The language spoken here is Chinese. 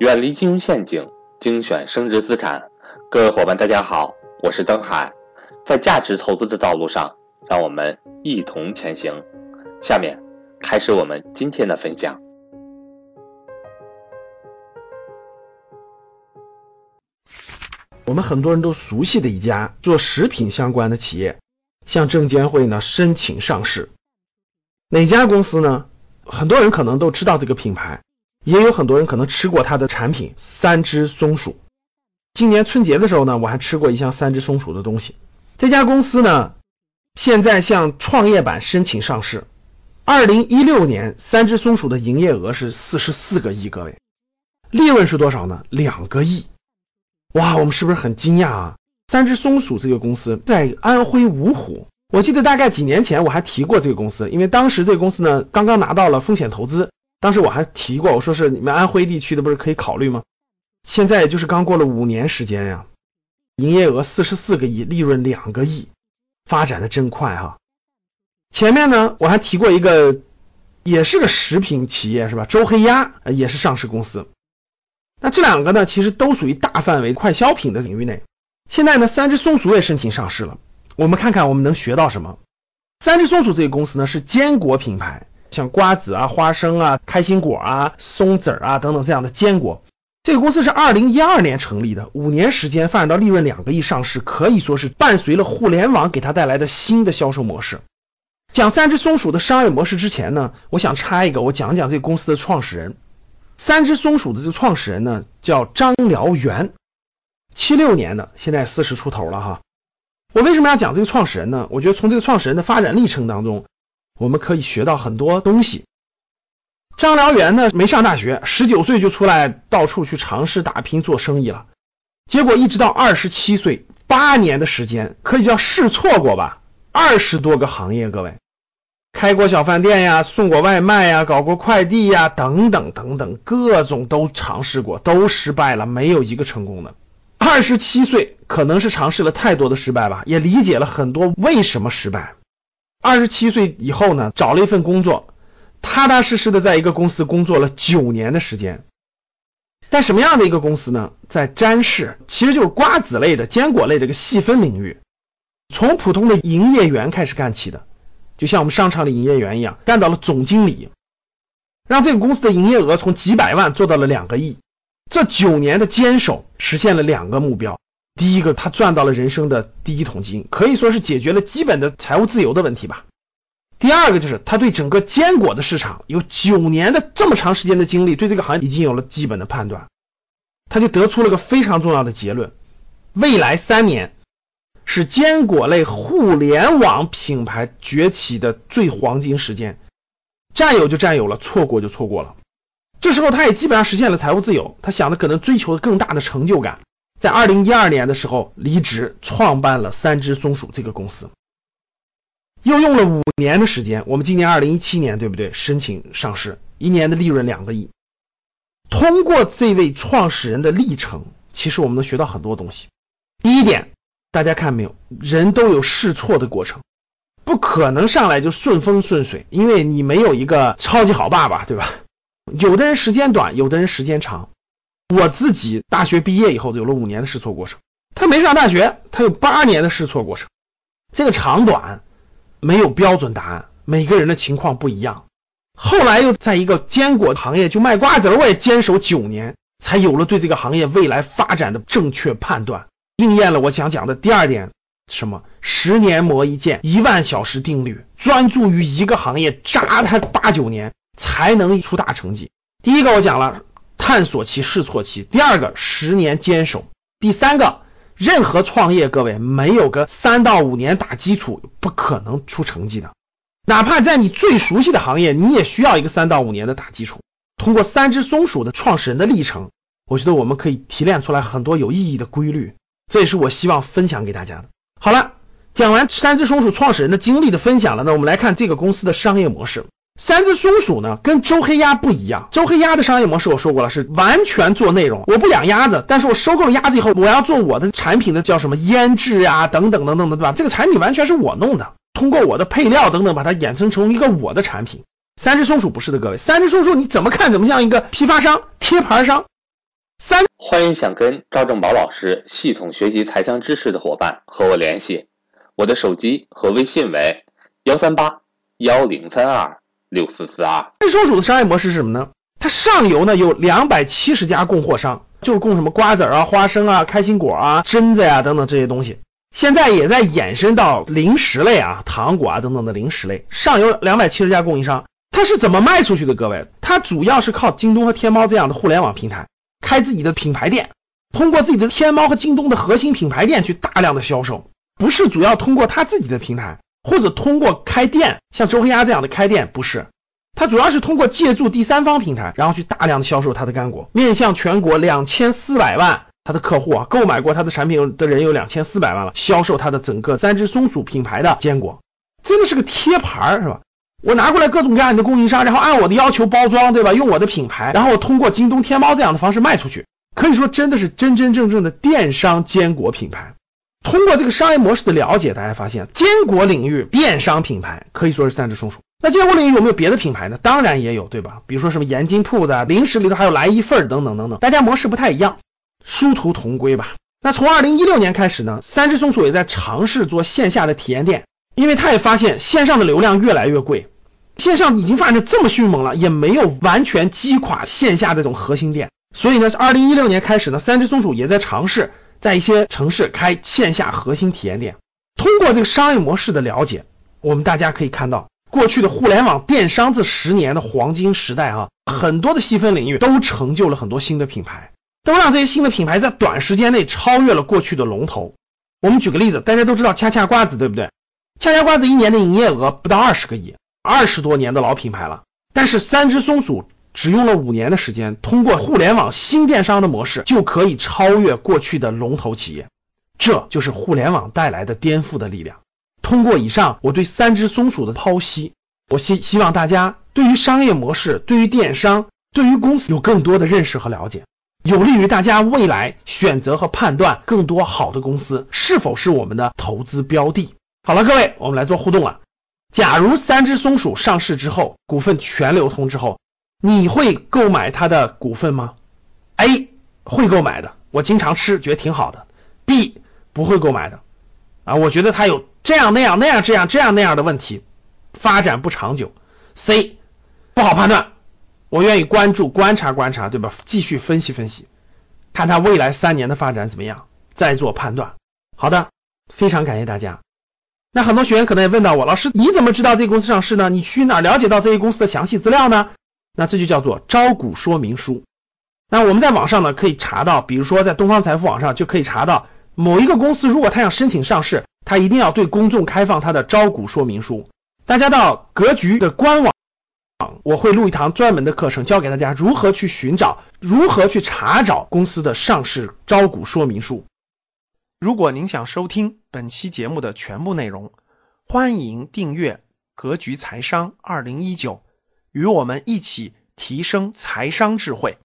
远离金融陷阱，精选升值资产。各位伙伴大家好，我是登海。在价值投资的道路上，让我们一同前行。下面开始我们今天的分享。 我们很多人都熟悉的一家做食品相关的企业，向证监会呢申请上市。哪家公司呢？很多人可能都知道这个品牌，也有很多人可能吃过它的产品三只松鼠。今年春节的时候呢，我还吃过一箱三只松鼠的东西。这家公司呢，现在向创业板申请上市。2016年三只松鼠的营业额是44个亿，各位，利润是多少呢？2个亿。哇，我们是不是很惊讶啊？三只松鼠这个公司在安徽芜湖，我记得大概几年前我还提过这个公司，因为当时这个公司呢刚刚拿到了风险投资，当时我还提过，我说是你们安徽地区的不是可以考虑吗？现在也就是刚过了5年时间呀，营业额44个亿，利润2个亿，发展的真快哈。前面呢我还提过一个也是个食品企业是吧，周黑鸭也是上市公司。那这两个呢其实都属于大范围快消品的领域内。现在呢三只松鼠也申请上市了，我们看看我们能学到什么。三只松鼠这个公司呢是坚果品牌，像瓜子啊、花生啊、开心果啊、松子啊等等这样的坚果。这个公司是2012年成立的，5年时间发展到利润2个亿上市，可以说是伴随了互联网给它带来的新的销售模式。讲三只松鼠的商业模式之前呢，我想插一个，我讲讲这个公司的创始人。三只松鼠的这个创始人呢叫张燎原，76年的，现在40出头了哈。我为什么要讲这个创始人呢？我觉得从这个创始人的发展历程当中，我们可以学到很多东西。张燎原呢没上大学，19岁就出来到处去尝试打拼做生意了，结果一直到27岁，8年的时间可以叫试错过吧，20多个行业，各位，开过小饭店呀，送过外卖呀，搞过快递呀，等等等等，各种都尝试过，都失败了，没有一个成功的。27岁可能是尝试了太多的失败吧，也理解了很多为什么失败。27岁以后呢，找了一份工作，踏踏实实的在一个公司工作了9年的时间。在什么样的一个公司呢？在詹氏，其实就是瓜子类的、坚果类的一个细分领域，从普通的营业员开始干起的，就像我们商场的营业员一样，干到了总经理，让这个公司的营业额从几百万做到了2个亿。这9年的坚守实现了2个目标。第一个，他赚到了人生的第一桶金，可以说是解决了基本的财务自由的问题吧。第二个就是他对整个坚果的市场有9年的这么长时间的经历，对这个行业已经有了基本的判断。他就得出了个非常重要的结论，未来3年是坚果类互联网品牌崛起的最黄金时间，占有就占有了，错过就错过了。这时候他也基本上实现了财务自由，他想的可能追求更大的成就感，在2012年的时候离职，创办了三只松鼠这个公司。又用了5年的时间，我们今年2017年对不对，申请上市，1年的利润2个亿。通过这位创始人的历程，其实我们能学到很多东西。第一点，大家看没有，人都有试错的过程，不可能上来就顺风顺水，因为你没有一个超级好爸爸，对吧？有的人时间短，有的人时间长。我自己大学毕业以后有了5年的试错过程，他没上大学，他有8年的试错过程。这个长短没有标准答案，每个人的情况不一样。后来又在一个坚果行业就卖瓜子，我也坚守9年，才有了对这个行业未来发展的正确判断，应验了我想讲的第2点，什么10年磨一剑，1万小时定律，专注于一个行业扎它8、9年才能出大成绩。第一个我讲了探索期、试错期，第2个10年坚守，第3个任何创业，各位没有个3到5年打基础不可能出成绩的，哪怕在你最熟悉的行业，你也需要一个3到5年的打基础。通过三只松鼠的创始人的历程，我觉得我们可以提炼出来很多有意义的规律，这也是我希望分享给大家的。好了，讲完三只松鼠创始人的经历的分享了，那我们来看这个公司的商业模式。三只松鼠呢跟周黑鸭不一样，周黑鸭的商业模式我说过了，是完全做内容，我不养鸭子，但是我收购了鸭子以后，我要做我的产品的叫什么腌制啊等等等等的，对吧？这个产品完全是我弄的，通过我的配料等等把它衍生成一个我的产品。三只松鼠不是的，各位，三只松鼠你怎么看怎么像一个批发商、贴牌商， 欢迎想跟赵正宝老师系统学习财商知识的伙伴和我联系，我的手机和微信为13810326442。 三只松鼠的商业模式是什么呢？它上游呢有270家供货商，就是供什么瓜子啊、花生啊、开心果啊、榛子呀、等等这些东西。现在也在衍生到零食类啊、糖果啊等等的零食类。上游270家供应商，它是怎么卖出去的？各位，它主要是靠京东和天猫这样的互联网平台开自己的品牌店，通过自己的天猫和京东的核心品牌店去大量的销售，不是主要通过它自己的平台或者通过开店，像周黑鸭这样的开店，不是，它主要是通过借助第三方平台，然后去大量的销售它的干果，面向全国2400万它的客户啊，购买过它的产品的人有2400万了，销售它的整个三只松鼠品牌的坚果，真的是个贴牌是吧？我拿过来各种各样的供应商，然后按我的要求包装，对吧？用我的品牌，然后通过京东、天猫这样的方式卖出去，可以说真的是真真正正的电商坚果品牌。通过这个商业模式的了解，大家发现坚果领域电商品牌可以说是三只松鼠。那坚果领域有没有别的品牌呢？当然也有，对吧？比如说什么盐津铺子啊，零食里头还有来一份等等等等，大家模式不太一样，殊途同归吧。那从2016年开始呢，三只松鼠也在尝试做线下的体验店，因为他也发现线上的流量越来越贵，线上已经发展的这么迅猛了，也没有完全击垮线下这种核心店，所以呢2016年开始呢，三只松鼠也在尝试在一些城市开线下核心体验店。通过这个商业模式的了解，我们大家可以看到过去的互联网电商这10年的黄金时代啊，很多的细分领域都成就了很多新的品牌，都让这些新的品牌在短时间内超越了过去的龙头。我们举个例子，大家都知道恰恰瓜子，对不对？恰恰瓜子1年的营业额不到20个亿，20多年的老品牌了，但是三只松鼠只用了5年的时间，通过互联网新电商的模式就可以超越过去的龙头企业，这就是互联网带来的颠覆的力量。通过以上我对三只松鼠的剖析，我希望大家对于商业模式、对于电商、对于公司有更多的认识和了解，有利于大家未来选择和判断更多好的公司是否是我们的投资标的。好了，各位，我们来做互动了。假如三只松鼠上市之后，股份全流通之后，你会购买它的股份吗？ A 会购买的，我经常吃，觉得挺好的。 B 不会购买的我觉得它有这样那样那样这样那样的问题，发展不长久。 C 不好判断，我愿意关注观察观察，对吧？继续分析分析，看它未来3年的发展怎么样，再做判断。好的，非常感谢大家。那很多学员可能也问到我，老师你怎么知道这个公司上市呢？你去哪儿了解到这些公司的详细资料呢？那这就叫做招股说明书。那我们在网上呢可以查到，比如说在东方财富网上就可以查到，某一个公司如果他想申请上市，他一定要对公众开放他的招股说明书。大家到格局的官网，我会录一堂专门的课程，教给大家如何去寻找，如何去查找公司的上市招股说明书。如果您想收听本期节目的全部内容，欢迎订阅格局财商2019，与我们一起提升财商智慧。